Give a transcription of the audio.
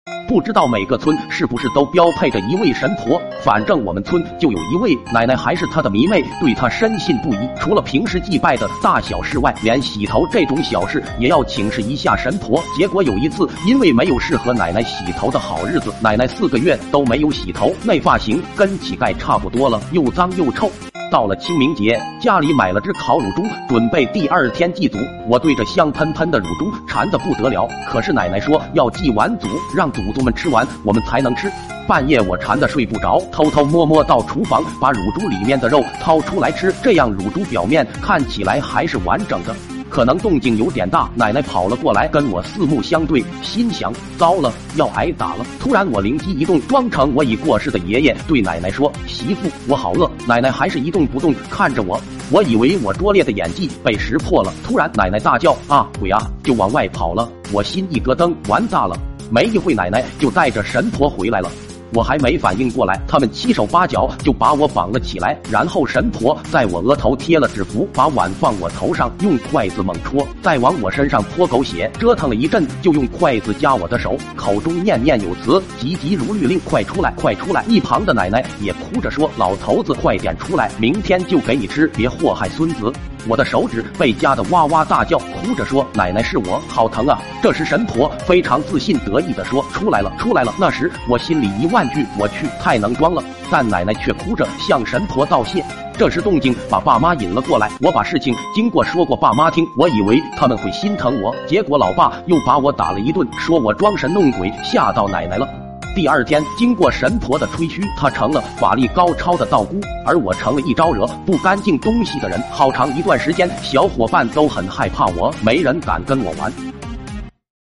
不知道每个村是不是都标配着一位神婆，反正我们村就有一位。奶奶还是她的迷妹，对她深信不疑。除了平时祭拜的大小事外，连洗头这种小事也要请示一下神婆。结果有一次，因为没有适合奶奶洗头的好日子，奶奶4个月都没有洗头，那发型跟乞丐差不多了，又脏又臭。到了清明节，家里买了只烤乳猪，准备第2天祭祖。我对着香喷喷的乳猪馋得不得了，可是奶奶说要祭完祖，让祖宗们吃完，我们才能吃。半夜我馋得睡不着，偷偷摸摸到厨房把乳猪里面的肉掏出来吃，这样乳猪表面看起来还是完整的。可能动静有点大，奶奶跑了过来跟我四目相对，心想糟了，要挨打了。突然我灵机一动，装成我已过世的爷爷，对奶奶说：“媳妇，我好饿。”奶奶还是一动不动看着我，我以为我拙劣的演技被识破了。突然奶奶大叫：“啊，鬼啊！”就往外跑了。我心一咯噔，完蛋了。没一会奶奶就带着神婆回来了。我还没反应过来，他们7手8脚就把我绑了起来，然后神婆在我额头贴了纸符，把碗放我头上，用筷子猛戳，再往我身上泼狗血，折腾了一阵，就用筷子夹我的手，口中念念有词，急急如律令，快出来，快出来！一旁的奶奶也哭着说：“老头子，快点出来，明天就给你吃，别祸害孙子。”我的手指被夹得哇哇大叫，哭着说：“奶奶是我，好疼啊！”这时神婆非常自信得意地说：“出来了，出来了！”那时我心里10000句我去，太能装了。但奶奶却哭着向神婆道谢。这时动静把爸妈引了过来，我把事情经过说过爸妈听，我以为他们会心疼我，结果老爸又把我打了一顿，说我装神弄鬼，吓到奶奶了。第2天，经过神婆的吹嘘，她成了法力高超的道姑，而我成了一招惹不干净东西的人。好长一段时间，小伙伴都很害怕我，没人敢跟我玩。